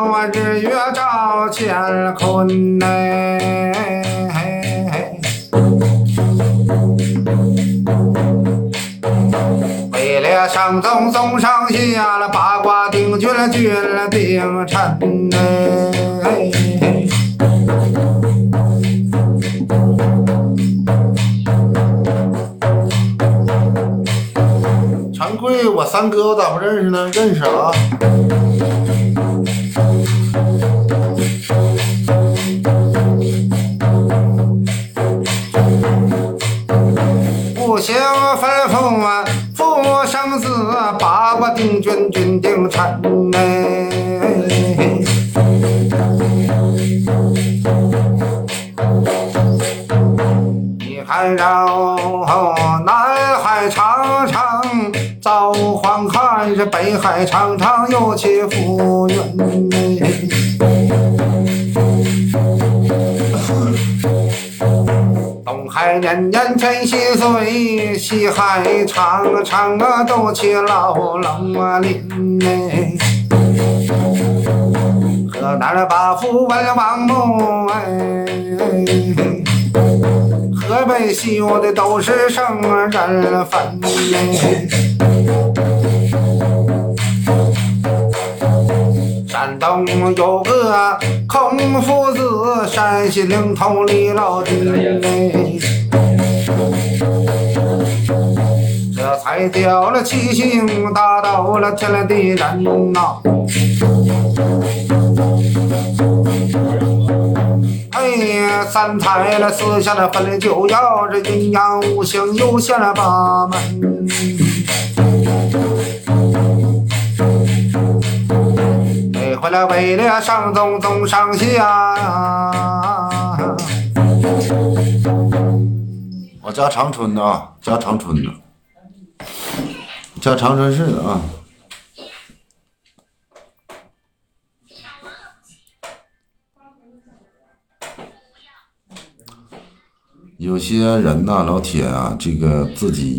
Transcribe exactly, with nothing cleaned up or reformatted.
啊，日月照乾坤嘞。为了上宗宗上下了八卦定军了军了定臣嘞。常贵，我三哥我咋不认识呢？认识啊。不行吩咐啊，父生子八卦定军军定臣嘞。你看绕南海长长造黄汉，是北海长长又起浮云嘞。东海年年千禧岁，西海长长啊都起老冷啊林嘞。河南的八府文王墓哎，河北西游的都是圣人坟嘞。山东有个孔夫子，山西灵通李老君嘞。这才掉了七星，达到了天地人呐。哎呀，三才了四下了分了九爻，这阴阳五行又现了八门。每回来为了上宗宗上下。我家长春的啊，家长春的，家长春市的啊。有些人呐、啊，老铁啊，这个自己